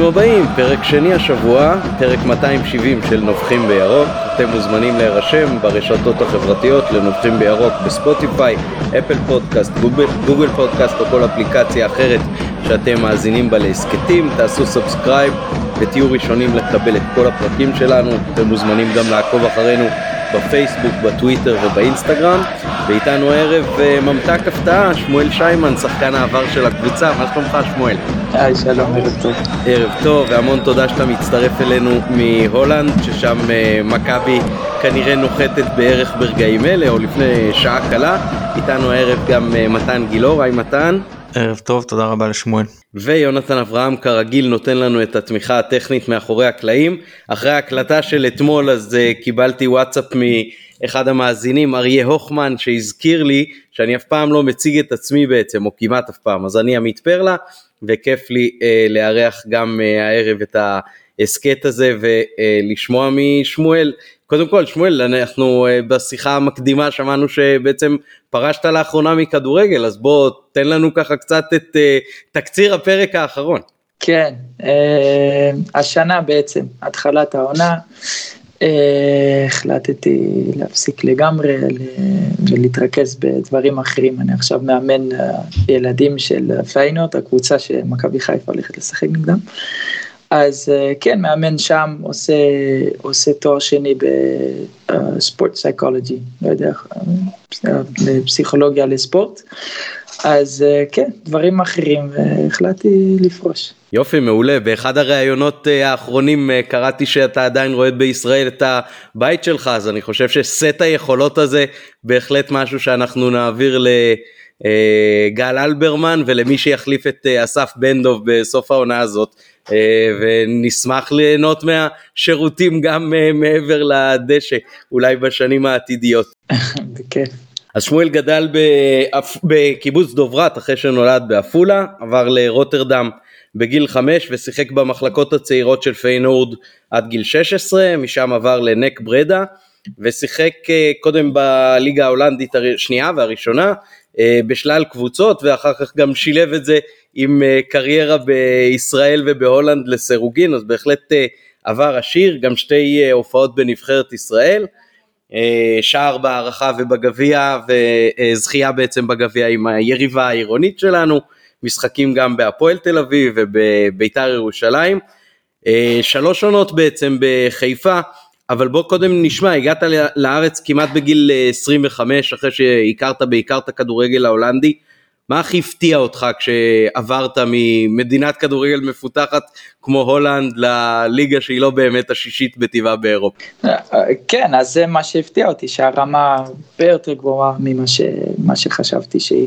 הבאים, פרק שני השבוע, פרק 270 של נובחים בירוק. אתם מוזמנים להירשם ברשתות החברתיות לנובחים בירוק בספוטיפיי, אפל פודקאסט, גוגל פודקאסט או כל אפליקציה אחרת שאתם מאזינים בה להסקטים. תעשו סאבסקרייב ותהיו ראשונים לקבל את כל הפרקים שלנו. אתם מוזמנים גם לעקוב אחרינו בפייסבוק, בטוויטר ובאינסטגרם. ואיתנו הערב ממתק הפתעה, שמואל שיימן, שחקן העבר של הקבוצה. מה שלומך שמואל? היי, שלום, ערב טוב. ערב טוב, והמון תודה שאתה מצטרף אלינו מהולנד, ששם מכבי כנראה נוחתת בערך ברגעים אלה, או לפני שעה קלה. איתנו הערב גם מתן גילור. היי מתן. ערב טוב, תודה רבה לשמואל. ויונתן אברהם כרגיל נותן לנו את התמיכה הטכנית מאחורי הקלעים. אחרי ההקלטה של אתמול אז קיבלתי וואטסאפ מאחד המאזינים, אריה הוכמן, שהזכיר לי שאני אף פעם לא מציג את עצמי בעצם, או כמעט אף פעם. אז אני עמית פרלה, וכיף לי לארח גם הערב את ההסקט הזה ולשמוע משמואל. קודם כל, שמואל, אנחנו בשיחה המקדימה שמענו שבעצם פרשת לאחרונה מכדורגל, אז בוא תן לנו ככה קצת את תקציר הפרק האחרון. כן, השנה בעצם, התחלת העונה, החלטתי להפסיק לגמרי ולהתרכז בדברים אחרים. אני עכשיו מאמן ילדים של פיינורד, הקבוצה שמכבי חיפה הולכת לשחק נגדם. אז כן, מאמן שם, עושה תואר שני בספורט סייקולוגי, לא יודע, בפסיכולוגיה לספורט. אז כן, דברים אחרים, והחלטתי לפרוש. יופי, מעולה. באחד הראיונות האחרונים קראתי שאתה עדיין רואה בישראל את הבית שלך, אז אני חושב שסט היכולות הזה בהחלט משהו שאנחנו נעביר לגל אלברמן ולמי שיחליף את אסף בנדוב בסוף העונה הזאת, ונשמח ליהנות מהשירותים גם מעבר לדשא, אולי בשנים העתידיות. בכיף. אז שמואל גדל בקיבוץ דוברת אחרי שנולד באפולה, עבר לרוטרדם בגיל 5 ושיחק במחלקות הצעירות של פיינורד עד גיל 16, משם עבר לנק ברדה ושיחק קודם בליגה ההולנדית השנייה והראשונה בשלל קבוצות, ואחר כך גם שילב את זה עם קריירה בישראל ובהולנד לסירוגין, אז בהחלט עבר עשיר, גם שתי הופעות בנבחרת ישראל, שער בערכה ובגביע, וזכייה בעצם בגביע עם היריבה העירונית שלנו, משחקים גם בהפועל תל אביב ובביתר ירושלים, 3 עונות בעצם בחיפה. אבל בוא קודם נשמע, הגעת לארץ כמעט בגיל 25, אחרי שהכרת בעיקר את הכדורגל ההולנדי. מה הכי הפתיע אותך כשעברת ממדינת כדורגל מפותחת כמו הולנד לליגה שהיא לא באמת השישית בטבעה באירופה? כן, אז זה מה שהפתיע אותי, שהרמה הרבה יותר גבוהה ממה שחשבתי שהיא.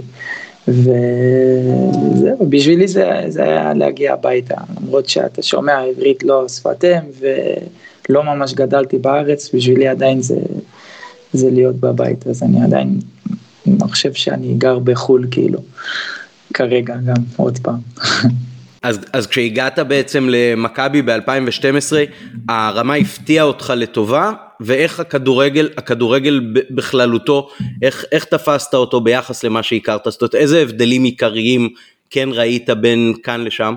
וזהו, בשבילי זה היה להגיע הביתה, למרות שאתה שומע עברית לא שפתם ולא ממש גדלתי בארץ, בשבילי עדיין זה להיות בבית, אז אני עדיין חושב שאני גר בחול כאילו, כרגע גם עוד פעם. אז כשהגעת בעצם למכבי ב-2012, הרמה הפתיעה אותך לטובה, ואיך הכדורגל בכללותו, איך תפסת אותו ביחס למה שהכרת? זאת אומרת, איזה הבדלים עיקריים כן ראית בין כאן לשם?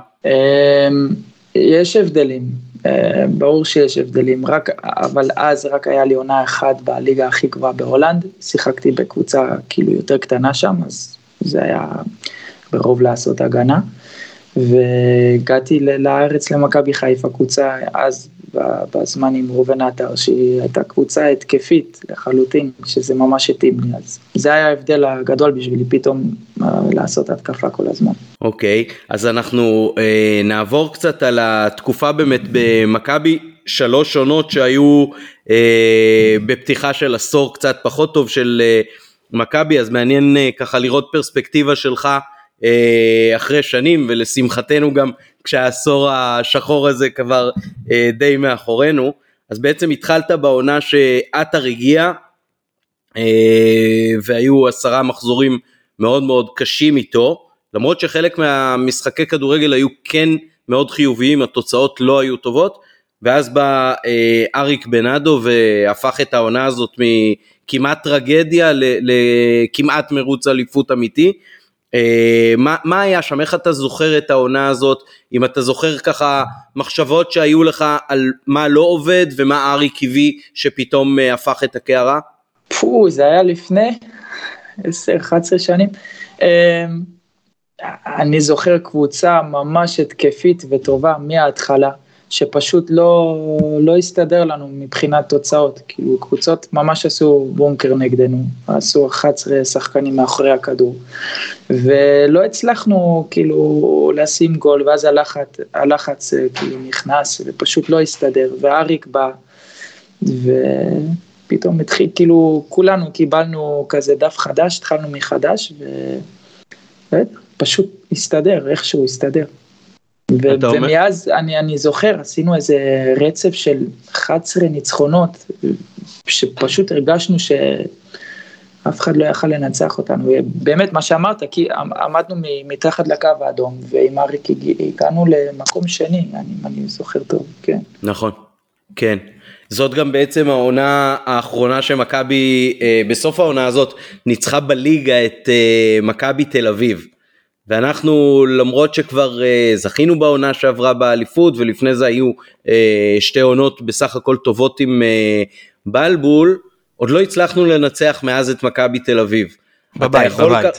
יש הבדלים, ברור שיש הבדלים, אבל אז רק היה לי עונה אחת בליגה הכי גבוהה בהולנד, שיחקתי בקבוצה כאילו יותר קטנה שם, אז זה היה ברוב לעשות הגנה, והגעתי לארץ למכבי חיפה, קבוצה אז בזמן עם רובן עטר, שהיא הייתה קבוצה התקפית לחלוטין, שזה ממש התאים לי, אז זה היה ההבדל הגדול בשבילי פתאום לעשות התקפה כל הזמן. אוקיי, אז אנחנו נעבור קצת על התקופה באמת במכבי, 3 עונות שהיו בפתיחה של עשור קצת פחות טוב של מכבי, אז מעניין ככה לראות פרספקטיבה שלך אחרי שנים, ולשמחתנו גם כשהעשור השחור הזה כבר די מאחורינו. אז בעצם התחלת בעונה שעטר הגיע, והיו 10 מחזורים מאוד מאוד קשים איתו, למרות שחלק מהמשחקי כדורגל היו כן מאוד חיוביים, התוצאות לא היו טובות, ואז בא אריק בנאדו והפך את העונה הזאת מכמעט טרגדיה לכמעט מרוץ אליפות אמיתי. מה היה שם? איך אתה זוכר את העונה הזאת? אם אתה זוכר ככה מחשבות שהיו לך על מה לא עובד ומה אריק הביא שפתאום הפך את הקערה? זה היה לפני 10-11 שנים. אני זוכר קבוצה ממש התקפית וטובה מההתחלה, שפשוט לא הסתדר לנו מבחינת תוצאות, כאילו קבוצות ממש עשו בונקר נגדנו, עשו 11 שחקנים מאחורי הכדור, ולא הצלחנו כאילו לשים גול, ואז הלחץ כאילו נכנס, ופשוט לא הסתדר, ואריק בא, ופתאום התחיל, כאילו כולנו קיבלנו כזה דף חדש, התחלנו מחדש, ופשוט הסתדר, איכשהו הסתדר. ומאז אני זוכר, עשינו איזה רצף של 11 ניצחונות, שפשוט הרגשנו שאף אחד לא יכל לנצח אותנו, באמת מה שאמרת, כי עמדנו מתחת לקו האדום, ועם אריק הגענו למקום שני, אני זוכר טוב, כן. נכון, כן. זאת גם בעצם העונה האחרונה שמכבי, בסוף העונה הזאת, ניצחה בליגה את מכבי תל אביב. ואנחנו למרות שכבר זכינו בעונה שעברה באליפות, ולפני זה היו שתי עונות בסך הכל טובות עם בלבול, עוד לא הצלחנו לנצח מאז את מכבי תל אביב. בבית.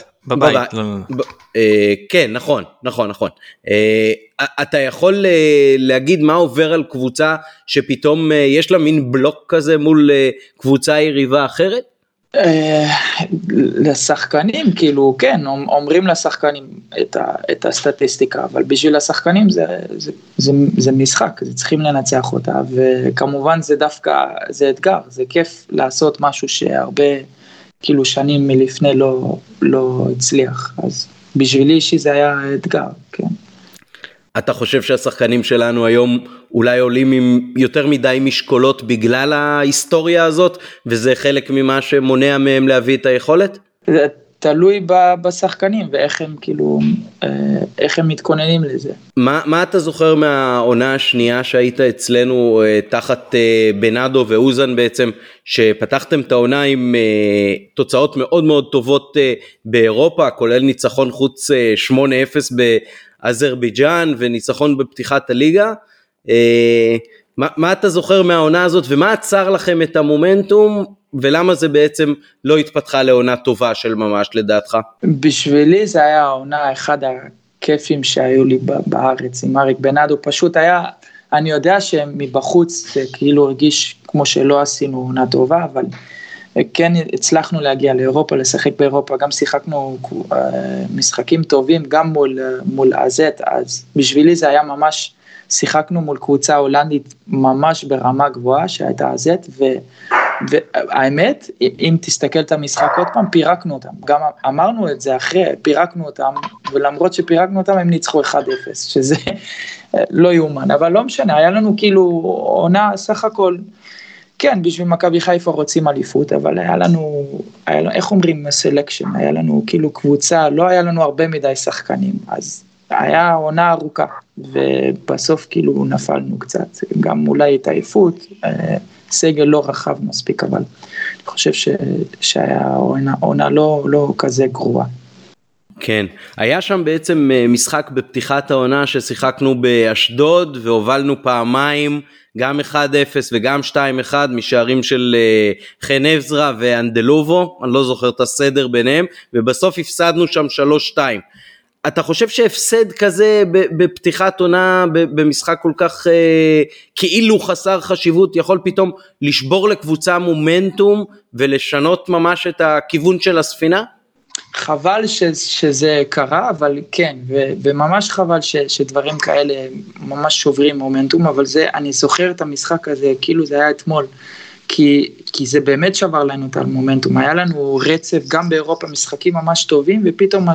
כן, נכון. אתה יכול להגיד מה עובר על קבוצה שפתאום יש לה מין בלוק כזה מול קבוצה יריבה אחרת? לשחקנים, כאילו, כן, אומרים לשחקנים את הסטטיסטיקה, אבל בשביל השחקנים זה משחק, זה צריכים לנצח אותה, וכמובן זה דווקא, זה אתגר, זה כיף לעשות משהו שהרבה, כאילו, שנים מלפני לא הצליח, אז בשבילי שזה היה אתגר, כן. אתה חושב שהשחקנים שלנו היום אולי עולים עם יותר מדי משקולות בגלל ההיסטוריה הזאת, וזה חלק ממה שמונע מהם להביא את היכולת? זה תלוי בשחקנים, ואיך הם כאילו, איך הם מתכוננים לזה. מה אתה זוכר מהעונה השנייה שהיית אצלנו תחת בנאדו ואוזן בעצם, שפתחתם את העונה עם תוצאות מאוד מאוד טובות באירופה, כולל ניצחון חוץ 8-0 באזרבייג'אן וניצחון בפתיחת הליגה? מה אתה זוכר מהעונה הזאת, ומה עצר לכם את המומנטום, ולמה זה בעצם לא התפתחה לעונה טובה של ממש לדעתך? בשבילי זה היה העונה אחד הכיפים שהיו לי בארץ עם אריק בנאדו, פשוט היה, אני יודע שמבחוץ זה כאילו הרגיש כמו שלא עשינו עונה טובה, אבל כן הצלחנו להגיע לאירופה, לשחק באירופה, גם שיחקנו משחקים טובים, גם מול הזט, אז בשבילי זה היה ממש, שיחקנו מול קבוצה הולנדית ממש ברמה גבוהה, שהייתה הזט, והאמת, אם תסתכל את המשחק עוד פעם, פירקנו אותם, גם אמרנו את זה אחרי, פירקנו אותם, ולמרות שפירקנו אותם, הם ניצחו 1-0, שזה לא יאומן, אבל לא משנה, היה לנו כאילו עונה סך הכל, כן, בשביל מכבי חיפה רוצים אליפות, אבל היה לנו, איך אומרים, סלקשן, היה לנו כאילו קבוצה, לא היה לנו הרבה מדי שחקנים, אז היה עונה ארוכה, ובסוף כאילו נפלנו קצת, גם אולי את העייפות, סגל לא רחב מספיק, אבל אני חושב שהיה עונה לא כזה גרועה. כן, היה שם בעצם משחק בפתיחת העונה ששיחקנו באשדוד, והובלנו פעמיים, גם 1-0 וגם 2-1 משערים של חן עזרא ואנדלובו, אני לא זוכר את הסדר ביניהם, ובסוף הפסדנו שם 3-2. אתה חושב שהפסד כזה בפתיחת עונה, במשחק כל כך כאילו חסר חשיבות, יכול פתאום לשבור לקבוצה מומנטום, ולשנות ממש את הכיוון של הספינה? חבל שזה קרה, אבל כן, וממש חבל שדברים כאלה ממש שוברים מומנטום, אבל זה, אני זוכר את המשחק הזה, כאילו זה היה אתמול, כי זה באמת שבר לנו את המומנטום, היה לנו רצף גם באירופה, משחקים ממש טובים, ופתאום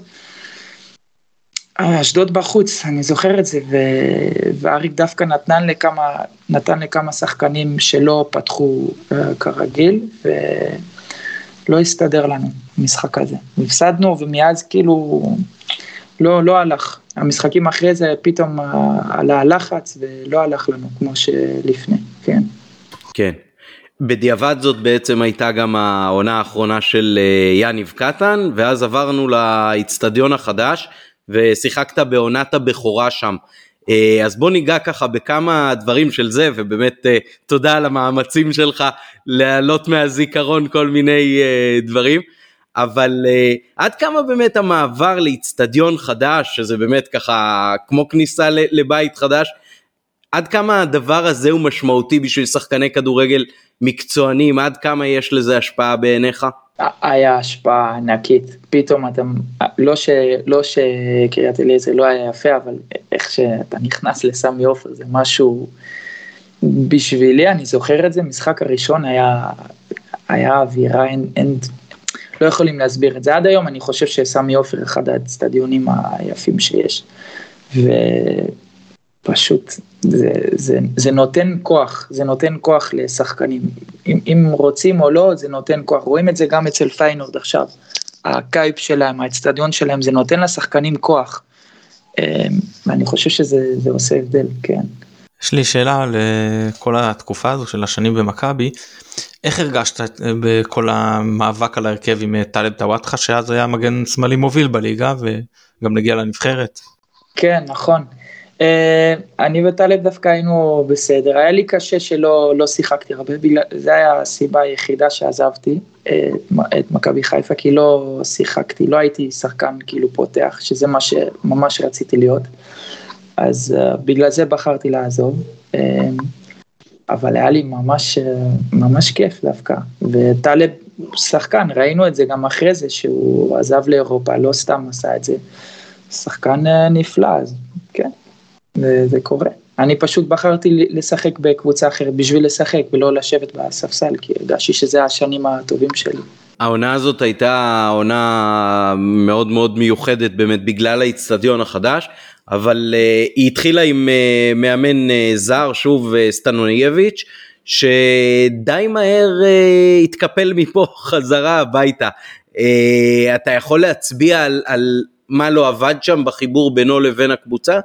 אשדוד בחוץ, אני זוכר את זה, ואריק דווקא נתן לכמה שחקנים שלא פתחו כרגיל, ולא הסתדר לנו המשחק הזה. הפסדנו, ומאז כאילו לא הלך. המשחקים אחרי זה פתאום עלה הלחץ, ולא הלך לנו כמו שלפני, כן. כן. בדיעבד זאת בעצם הייתה גם העונה האחרונה של יניב קטן, ואז עברנו לאצטדיון החדש, ושיחקת בעונת הבכורה שם. אז בוא ניגע ככה בכמה דברים של זה, ובאמת תודה על המאמצים שלך להעלות מהזיכרון כל מיני דברים, אבל עד כמה באמת המעבר לאצטדיון חדש, שזה באמת ככה כמו כניסה לבית חדש, עד כמה הדבר הזה הוא משמעותי בשביל שחקני כדורגל מקצוענים, עד כמה יש לזה השפעה בעיניך? היה השפעה ענקית, פתאום אתה, לא שקריית אליעזר לא היה יפה, אבל איך שאתה נכנס לסמי עופר, זה משהו, בשבילי, אני זוכר את זה, משחק הראשון היה אווירה, לא יכולים להסביר את זה, עד היום אני חושב שסמי עופר אחד האצטדיונים היפים שיש, ופשוט זה נותן כוח, זה נותן כוח לשחקנים, אם רוצים או לא, זה נותן כוח, רואים את זה גם אצל פיינורד עכשיו, הקייפ שלהם, האצטדיון שלהם, זה נותן לשחקנים כוח, ואני חושב שזה עושה הבדל, כן. יש לי שאלה לכל התקופה הזו של השנים במכבי, איך הרגשת בכל המאבק על ההרכב עם טלב טוואטחה, שאז היה מגן שמאלי מוביל בליגה, וגם נגיע לנבחרת? כן, נכון. אני וטלב דווקא היינו בסדר, היה לי קשה שלא שיחקתי הרבה, זה היה הסיבה היחידה שעזבתי את מכבי חיפה, כי לא שיחקתי, לא הייתי שחקן כאילו פותח, שזה מה שממש רציתי להיות, אז בגלל זה בחרתי לעזוב, אבל היה לי ממש כיף דווקא, וטלב שחקן, ראינו את זה גם אחרי זה, שהוא עזב לאירופה, לא סתם עשה את זה, שחקן נפלא, אז כן. זה קורה. אני פשוט בחרתי לשחק בקבוצה אחרת, בשביל לשחק ולא לשבת בספסל, כי הרגשתי שזה השנים הטובים שלי. העונה הזאת הייתה עונה מאוד מאוד מיוחדת, באמת בגלל האצטדיון החדש, אבל היא התחילה עם מאמן זר, שוב סטנונייביץ', שדי מהר התקפל מפה חזרה הביתה. אתה יכול להצביע על מה לא עבד שם בחיבור בינו לבין הקבוצה?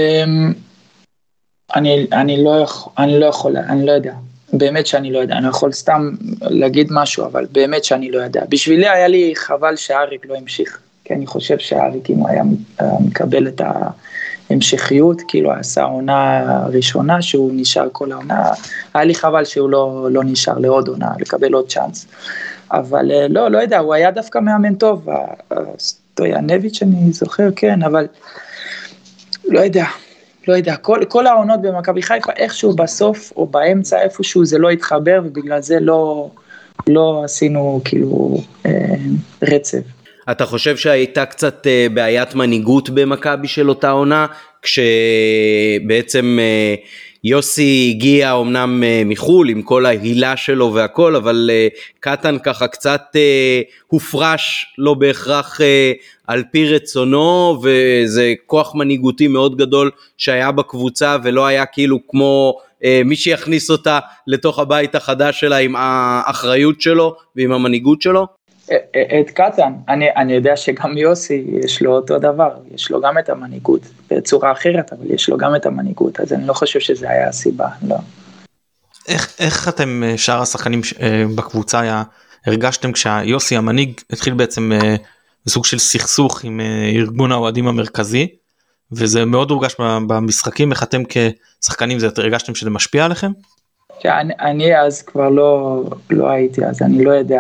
אני לא יודע, באמת שאני לא יודע, אני יכול סתם להגיד משהו, אבל באמת שאני לא יודע. בשבילי היה לי חבל שהאריק לא המשיך, כי אני חושב שהאריק אם הוא היה מקבל את ההמשכיות, כאילו עשה עונה ראשונה שהוא נשאר כל העונה, היה לי חבל שהוא לא נשאר לעוד עונה, לקבל עוד צ'אנס. אבל לא יודע, הוא היה דווקא מאמן טוב, סטויאנוביץ' אני זוכר, כן, אבל לא יודע, כל העונות במכבי חיפה, איכשהו בסוף או באמצע איפשהו זה לא התחבר, ובגלל זה לא עשינו כאילו רצף. אתה חושב שהייתה קצת בעיית מנהיגות במכבי של אותה עונה, כשבעצם יוסי הגיע אמנם מחול עם כל ההילה שלו והכל, אבל קטן ככה קצת הופרש לא בהכרח על פי רצונו, וזה כוח מנהיגותי מאוד גדול שהיה בקבוצה, ולא היה כאילו כמו מי שיכניס אותה לתוך הבית החדש שלה עם האחריות שלו ועם המנהיגות שלו? את קטן, אני יודע שגם יוסי יש לו אותו דבר, יש לו גם את המנהיגות, בצורה אחרת, אבל יש לו גם את המנהיגות, אז אני לא חושב שזה היה הסיבה, לא. איך אתם, שאר השחקנים בקבוצה, הרגשתם כשיוסי המנהיג התחיל בעצם בסוג של סכסוך עם ארגון האוהדים המרכזי, וזה מאוד הורגש במשחקים, איך אתם כשחקנים, הרגשתם שזה משפיע עליכם? אני אז כבר לא הייתי, אז אני לא יודע.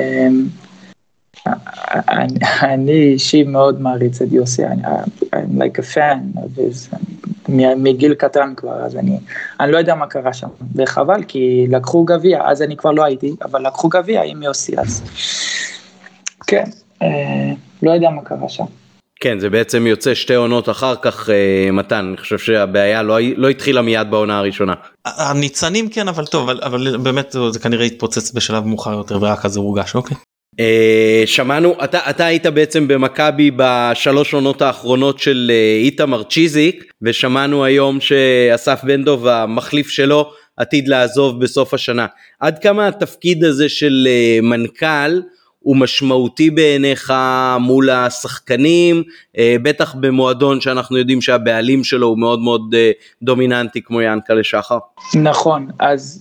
אני אישי מאוד מעריץ את יוסי, I'm like a fan, מגיל קטן כבר, אז אני לא יודע מה קרה שם, וחבל, כי לקחו גביע, אז אני כבר לא הייתי, אבל לקחו גביע עם יוסי, אז כן, לא יודע מה קרה שם. כן, זה בעצם יוצא שתי עונות אחר כך, מתן, אני חושב שהבעיה לא התחילה מיד בעונה הראשונה. הניצנים כן, אבל טוב, אבל באמת זה כנראה התפוצץ בשלב מאוחר יותר, ורק אז זה הורגש, אוקיי. שמענו, אתה היית בעצם במכבי בשלוש עונות האחרונות של איתמר צ'יזיק, ושמענו היום שאסף בן דוב המחליף שלו עתיד לעזוב בסוף השנה. עד כמה התפקיד הזה של מנכ"ל הוא משמעותי בעיניך מול השחקנים, בטח במועדון שאנחנו יודעים שהבעלים שלו הוא מאוד מאוד דומיננטי כמו ינקלה שחר? נכון, אז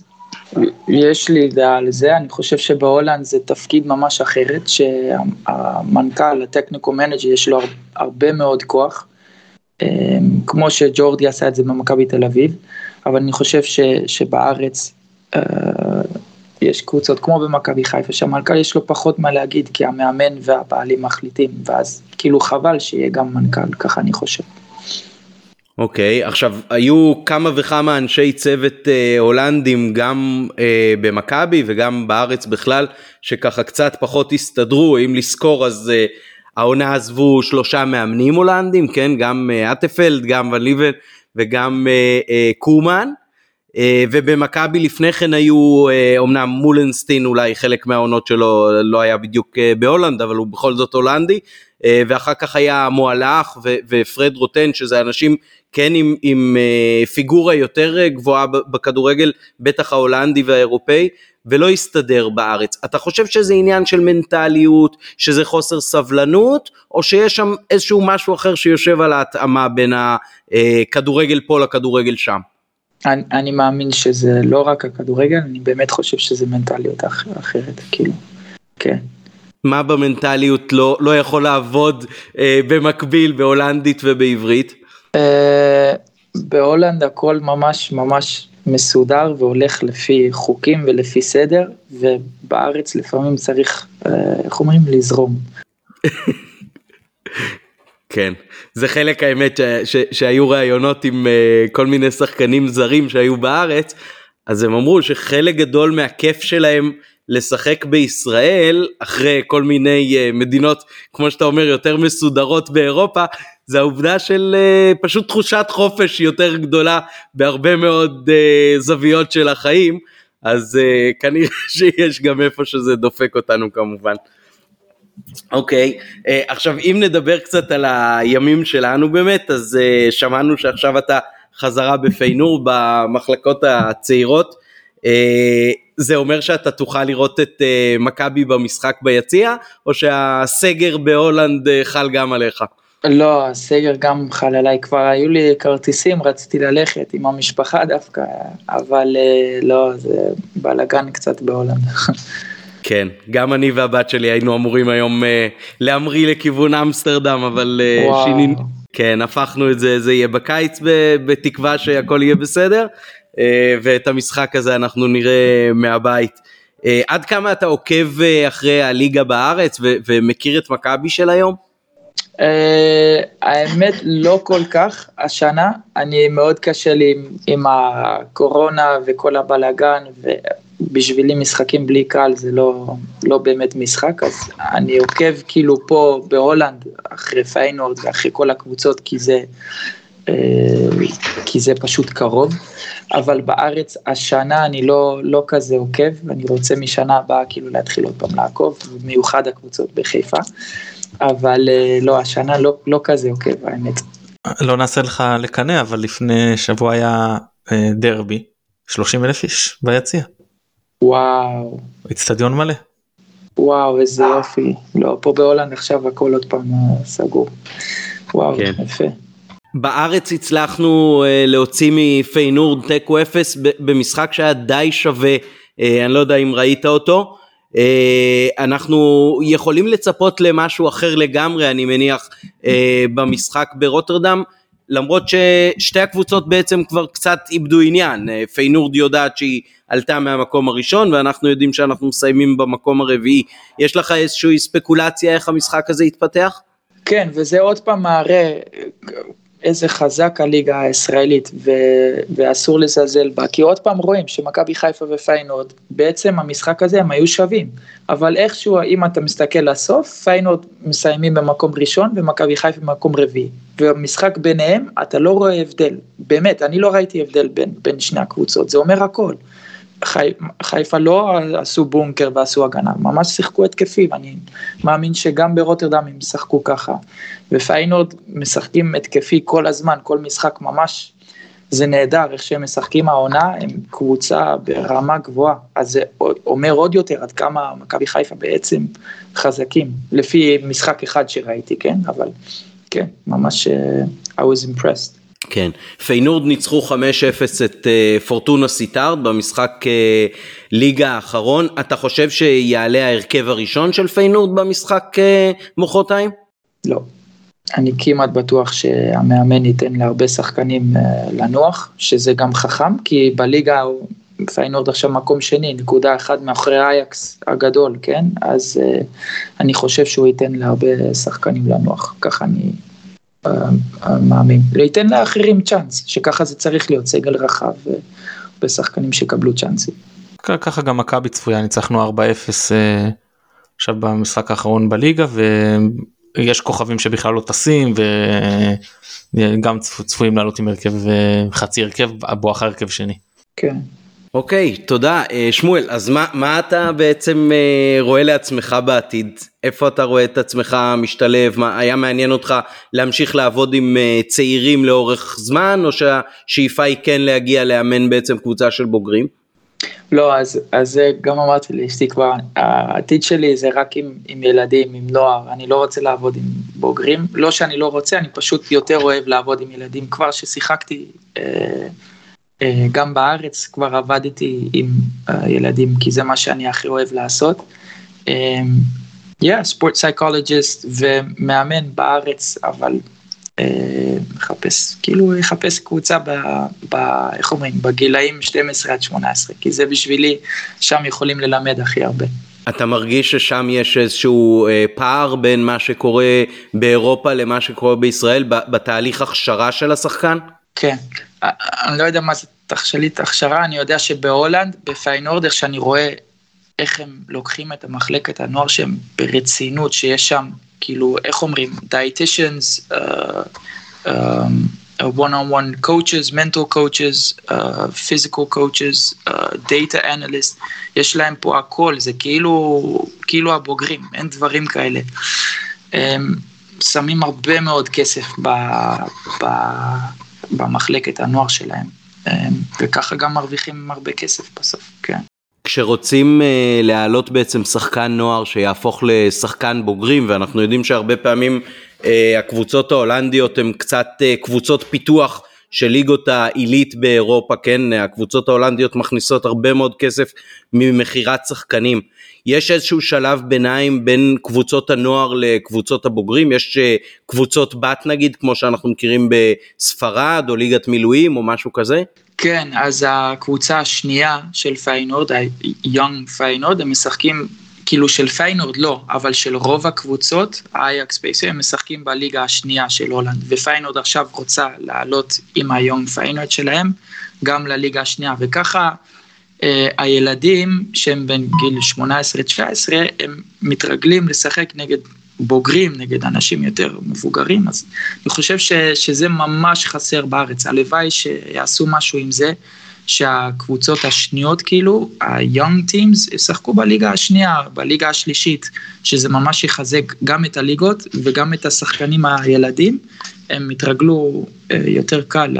יש לי דעה על זה, אני חושב שבהולנד זה תפקיד ממש אחרת, שהמנכ"ל, הטכניקו מנג'ר, יש לו הרבה מאוד כוח, כמו שג'ורדי עשה את זה במכבי תל אביב, אבל אני חושב שבארץ יש קבוצות כמו במכבי חיפה, שהמנכ"ל יש לו פחות מה להגיד, כי המאמן והבעלים מחליטים, ואז כאילו חבל שיהיה גם מנכ"ל, ככה אני חושב. אוקיי, עכשיו היו כמה וכמה אנשי צוות הולנדים גם במכבי וגם בארץ בכלל, שככה קצת פחות הסתדרו. אם לזכור, אז העונה עזבו 3 מאמנים הולנדים, כן, גם אטפלד, גם ון ליבן וגם קומן, ובמכבי לפני כן היו אומנם מולנסטין, אולי חלק מהעונות שלו לא היה בדיוק בהולנד, אבל הוא בכל זאת הולנדי, ואחר כך היה מועלך ופרד רוטן, שזה אנשים כן עם פיגורה יותר גבוהה בכדורגל, בטח ההולנדי והאירופאי, ולא יסתדר בארץ. אתה חושב שזה עניין של מנטליות, שזה חוסר סבלנות, או שיש שם איזשהו משהו אחר שיושב על ההתאמה בין הכדורגל פה לכדורגל שם? אני מאמין שזה לא רק הכדורגל, אני באמת חושב שזה מנטליות אחרת, כאילו, כן. מה במנטליות לא יכול לעבוד במקביל בהולנדית ובעברית? בהולנד הכל ממש ממש מסודר והולך לפי חוקים ולפי סדר, ובארץ לפעמים צריך, איך אומרים, לזרום. כן, זה חלק האמת שהיו ראיונות עם כל מיני שחקנים זרים שהיו בארץ, אז הם אמרו שחלק גדול מהכיף שלהם לשחק בישראל, אחרי כל מיני מדינות, כמו שאתה אומר, יותר מסודרות באירופה, זה העובדה של פשוט תחושת חופש יותר גדולה, בהרבה מאוד זוויות של החיים, אז כנראה שיש גם איפה שזה דופק אותנו כמובן. אוקיי, עכשיו אם נדבר קצת על הימים שלנו באמת, אז שמענו שעכשיו אתה חזרה בפיינור במחלקות הצעירות, זה אומר שאתה תוכל לראות את מכבי במשחק ביציע, או שהסגר בהולנד חל גם עליך? לא, הסגר גם חל עליי, כבר היו לי כרטיסים, רציתי ללכת עם המשפחה דווקא, אבל לא, זה בלגן קצת בהולנד. כן, גם אני והבת שלי היינו אמורים היום להמריא לכיוון אמסטרדם, אבל שינינו, כן, הפכנו את זה, זה יהיה בקיץ בתקווה שהכל יהיה בסדר, ואת המשחק הזה אנחנו נראה מהבית. עד כמה אתה עוקב אחרי הליגה בארץ ומכיר את מכבי של היום? האמת לא כל כך השנה, אני מאוד קשה לי עם הקורונה וכל הבלגן, ובשבילי משחקים בלי קהל זה לא באמת משחק, אז אני עוקב כאילו פה בהולנד אחרי פיינורד ואחרי כל הקבוצות, כי זה פשוט קרוב, אבל בארץ השנה אני לא כזה עוקב, ואני רוצה משנה הבאה כאילו להתחיל עוד פעם לעקוב, במיוחד הקבוצות בחיפה, אבל לא, השנה לא כזה עוקב, האמת. לא נעשה לך לקנה, אבל לפני שבוע היה דרבי, 30,000 איש ביציע. וואו. אצטדיון מלא. וואו, איזה יופי. לא, פה בהולנד עכשיו הכל עוד פעם סגור. וואו, כן. יפה. בארץ הצלחנו להוציא מפיינורד תיקו 0 במשחק שהיה די שווה, אני לא יודע אם ראית אותו, אנחנו יכולים לצפות למשהו אחר לגמרי, אני מניח, במשחק ברוטרדם, למרות ששתי הקבוצות בעצם כבר קצת איבדו עניין. פיינורד יודעת שהיא עלתה מהמקום הראשון, ואנחנו יודעים שאנחנו מסיימים במקום הרביעי. יש לך איזושהי ספקולציה איך המשחק הזה יתפתח? כן, וזה עוד פעם מראה איזה חזק הליגה הישראלית, ואסור לזלזל בה, כי עוד פעם רואים שמכבי חיפה ופיינורד, בעצם המשחק הזה הם היו שווים, אבל איכשהו אם אתה מסתכל לסוף, פיינורד מסיימים במקום ראשון, ומכבי חיפה במקום רביעי, והמשחק ביניהם אתה לא רואה הבדל, באמת, אני לא ראיתי הבדל בין שני הקבוצות, זה אומר הכל. חיפה לא עשו בונקר ועשו הגנה, ממש שיחקו התקפי, ואני מאמין שגם ברוטרדם הם שחקו ככה, ופיינורד משחקים התקפי כל הזמן, כל משחק ממש, זה נהדר איך שהם משחקים העונה, הם קבוצה ברמה גבוהה, אז זה אומר עוד יותר עד כמה מכבי חיפה בעצם חזקים, לפי משחק אחד שראיתי, כן, אבל כן, ממש I was impressed. כן, פיינורד ניצחו 5-0 את פורטונה סיטארד במשחק ליגה האחרון. אתה חושב שיעלה ההרכב הראשון של פיינורד במשחק מחרתיים? לא. אני כמעט בטוח שהמאמן ייתן להרבה שחקנים לנוח, שזה גם חכם, כי בליגה פיינורד עכשיו מקום שני, נקודה אחד מאחורי אייקס הגדול, כן? אז אני חושב שהוא ייתן להרבה שחקנים לנוח, ככה אני מאמין. ייתן לאחרים צ'אנס, שככה זה צריך להיות סגל רחב, בשחקנים שקבלו צ'אנסים. ככה גם מכבי צפויה, ניצחנו 4-0 עכשיו במשחק האחרון בליגה, ויש כוכבים שבכלל לא טסים, וגם צפויים לעלות עם הרכב, חצי הרכב, בואכה הרכב שני. כן. אוקיי, תודה. שמואל, אז מה אתה בעצם רואה לעצמך בעתיד? איפה אתה רואה את עצמך משתלב? היה מעניין אותך להמשיך לעבוד עם צעירים לאורך זמן, או שהשאיפה היא כן להגיע לאמן בעצם קבוצה של בוגרים? לא, אז גם אמרתי לי, אשתי כבר, העתיד שלי זה רק עם ילדים, עם נוער, אני לא רוצה לעבוד עם בוגרים, לא שאני לא רוצה, אני פשוט יותר אוהב לעבוד עם ילדים, כבר ששיחקתי גם בארץ, כבר עבדתי עם ילדים, כי זה מה שאני הכי אוהב לעשות. ספורט סייקולוג'יסט ומאמן בארץ, אבל יחפש קבוצה איך אומרים, בגילאים 12 עד 18, כי זה בשבילי, שם יכולים ללמד הכי הרבה. אתה מרגיש ששם יש איזשהו פער בין מה שקורה באירופה למה שקורה בישראל, בתהליך הכשרה של השחקן? כן, אני לא יודע מה זה תחשלית הכשרה, אני יודע שבהולנד, בפיינורד, איך שאני רואה איך הם לוקחים את המחלקת הנוער שהם ברצינות, שיש שם, כאילו, איך אומרים, dietitians, one-on-one coaches, mental coaches, physical coaches, data analysts, יש להם פה הכל, זה כאילו הבוגרים, אין דברים כאלה. שמים הרבה מאוד כסף במחלקת הנוער שלהם, וככה גם מרוויחים הרבה כסף בסוף, כן. כשרוצים להעלות בעצם שחקן נוער שיהפוך לשחקן בוגרים, ואנחנו יודעים שהרבה פעמים הקבוצות ההולנדיות הן קצת קבוצות פיתוח של ליגות העילית באירופה, כן, הקבוצות ההולנדיות מכניסות הרבה מאוד כסף ממחירת שחקנים. יש איזשהו שלב ביניים בין קבוצות הנוער לקבוצות הבוגרים? יש קבוצות בת נגיד, כמו שאנחנו מכירים בספרד, או ליגת מילואים, או משהו כזה? כן, אז הקבוצה השנייה של פיינורד, ה-Young פיינורד, הם משחקים, כאילו של פיינורד לא, אבל של רוב הקבוצות, האייקס ספייס, הם משחקים בליגה השנייה של הולנד, ופיינורד עכשיו רוצה לעלות עם ה-Young פיינורד שלהם, גם לליגה השנייה, וככה הילדים שהם בין גיל 18-19, הם מתרגלים לשחק נגד בוגרים, נגד אנשים יותר מבוגרים, אז אני חושב שזה ממש חסר בארץ, הלוואי שיעשו משהו עם זה, שהקבוצות השניות כאילו, ה-young teams, ישחקו בליגה השנייה, בליגה השלישית, שזה ממש יחזק גם את הליגות, וגם את השחקנים הילדים, הם מתרגלו יותר קל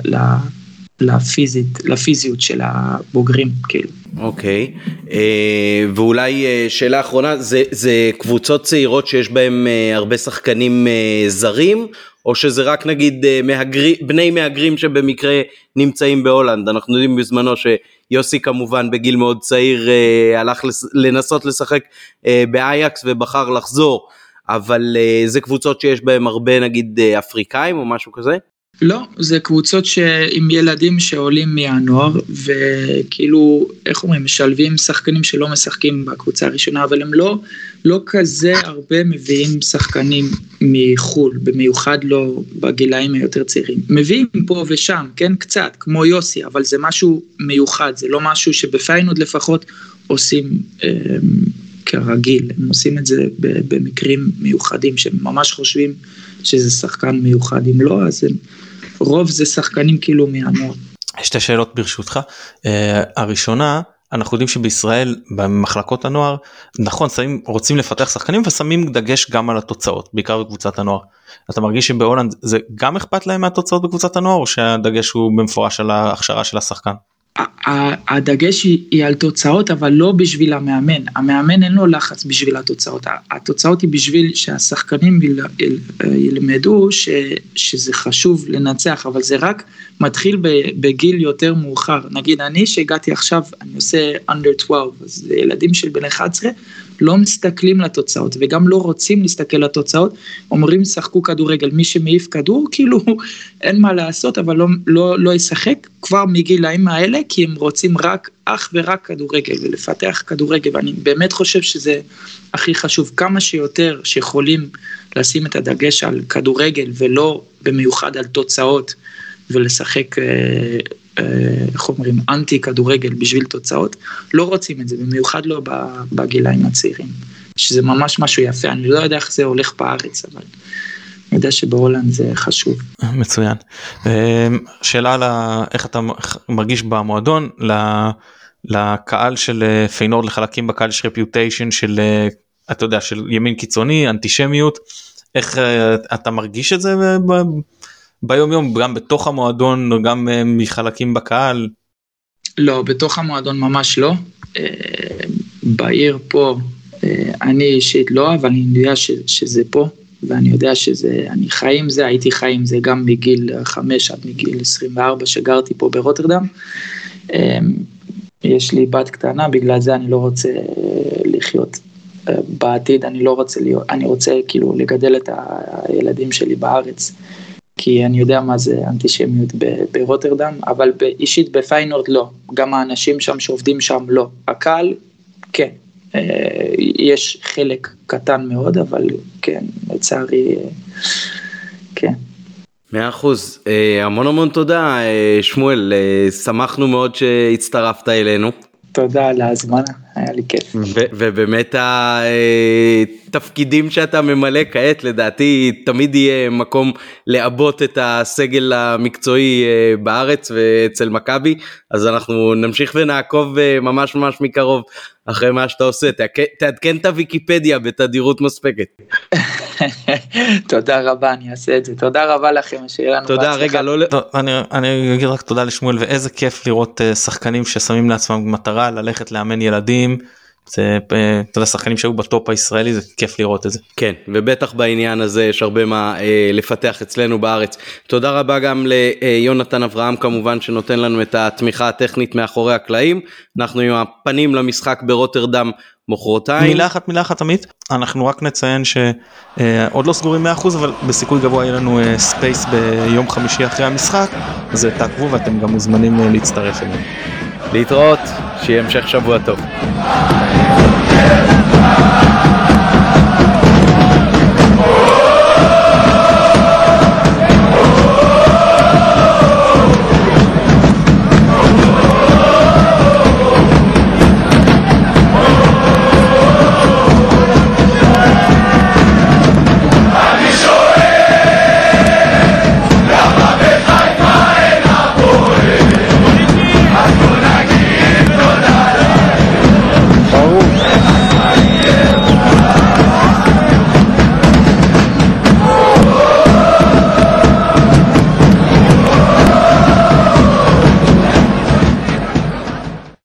לפיזיות של הבוגרים, כאילו. אוקיי, ואולי שאלה אחרונה, זה קבוצות צעירות שיש בהם הרבה שחקנים זרים, או שזה רק נגיד בני מהגרים שבמקרה נמצאים בהולנד? אנחנו יודעים בזמנו שיוסי כמובן בגיל מאוד צעיר הלך לנסות לשחק באייקס ובחר לחזור, אבל זה קבוצות שיש בהם הרבה נגיד אפריקאים או משהו כזה? לא, זה קבוצות עם ילדים שעולים מהנוער, וכאילו, איך אומרים, משלבים שחקנים שלא משחקים בקבוצה הראשונה, אבל הם לא כזה הרבה מביאים שחקנים מחול, במיוחד לא בגילאים היותר צעירים. מביאים פה ושם, כן, קצת, כמו יוסי, אבל זה משהו מיוחד, זה לא משהו שבפיינורד לפחות עושים כרגיל, הם עושים את זה במקרים מיוחדים, שהם ממש חושבים שזה שחקן מיוחד, אם לא, אז רוב זה שחקנים כאילו מהנוער. יש שתי שאלות ברשותך, הראשונה, אנחנו יודעים שבישראל במחלקות הנוער, נכון, רוצים לפתח שחקנים ושמים דגש גם על התוצאות, בעיקר בקבוצת הנוער. אתה מרגיש שבהולנד זה גם אכפת להם מהתוצאות בקבוצת הנוער, או שהדגש הוא במפורש על ההכשרה של השחקן? הדגש היא על תוצאות, אבל לא בשביל המאמן. המאמן אין לו לחץ בשביל התוצאות. התוצאות היא בשביל שהשחקנים ילמדו שזה חשוב לנצח, אבל זה רק מתחיל בגיל יותר מאוחר. נגיד, אני שהגעתי עכשיו, אני עושה under 12, אז ילדים של בן 11 לא מסתכלים לתוצאות, וגם לא רוצים להסתכל לתוצאות, אומרים, שחקו כדורגל, מי שמעיף כדור, כאילו אין מה לעשות, אבל לא ישחק כבר מגילאים האלה, כי הם רוצים אך ורק כדורגל, ולפתח כדורגל, ואני באמת חושב שזה הכי חשוב, כמה שיותר שיכולים לשים את הדגש על כדורגל, ולא במיוחד על תוצאות, ולשחק, איך אומרים, אנטי כדורגל בשביל תוצאות, לא רוצים את זה, במיוחד לא בגילאים הצעירים, שזה ממש משהו יפה, אני לא יודע איך זה הולך בארץ, אבל אני יודע שבהולנד זה חשוב. מצוין. שאלה על איך אתה מרגיש במועדון, לקהל של פיינורד, לחלקים בקהל יש רפיוטיישן של, אתה יודע, של ימין קיצוני, אנטישמיות, איך אתה מרגיש את זה ביום יום, גם בתוך המועדון, גם מחלקים בקהל? לא, בתוך המועדון ממש לא. בעיר פה, אני אישית לא, אבל אני יודע שזה פה, ואני יודע שזה, אני חי עם זה, הייתי חי עם זה גם מגיל 5 עד מגיל 24, שגרתי פה ברוטרדם. יש לי בת קטנה, בגלל זה אני לא רוצה לחיות בעתיד, אני לא רוצה להיות, אני רוצה כאילו לגדל את הילדים שלי בארץ, כי אני יודע מה זה אנטישמיות ברוטרדם, אבל אישית בפיינורד לא, גם האנשים שם שעובדים שם לא, הקהל כן, יש חלק קטן מאוד, אבל כן, לצערי, כן. 100%, המון תודה שמואל, שמחנו מאוד שהצטרפת אלינו. תודה על ההזמנה, היה לי כיף. ובאמת התפקידים שאתה ממלא כעת, לדעתי תמיד יהיה מקום לעבות את הסגל המקצועי בארץ ואצל מכבי, אז אנחנו נמשיך ונעקוב ממש מקרוב אחרי מה שאתה עושה, תעדכן את הוויקיפדיה בתדירות מספקת. תודה רבה, אני אעשה את זה, תודה רבה לכם, שיהיה לנו תודה, רגע, לא... אני אגיד רק תודה לשמואל, ואיזה כיף לראות שחקנים ששמים לעצמם מטרה, ללכת לאמן ילדים, זה, אתה יודע, שחקנים שהיו בטופ הישראלי, זה כיף לראות את זה. כן, ובטח בעניין הזה יש הרבה מה לפתח אצלנו בארץ. תודה רבה גם ליונתן אברהם כמובן, שנותן לנו את התמיכה הטכנית מאחורי הקלעים, אנחנו עם הפנים למשחק ברוטרדם מחרתיים. מילה אחת עמית, אנחנו רק נציין שעוד לא סגורים 100%, אבל בסיכוי גבוה יהיה לנו ספייס ביום חמישי אחרי המשחק, אז תעקבו ואתם גם מוזמנים להצטרף אלינו. להתראות, שיהיה המשך שבוע טוב.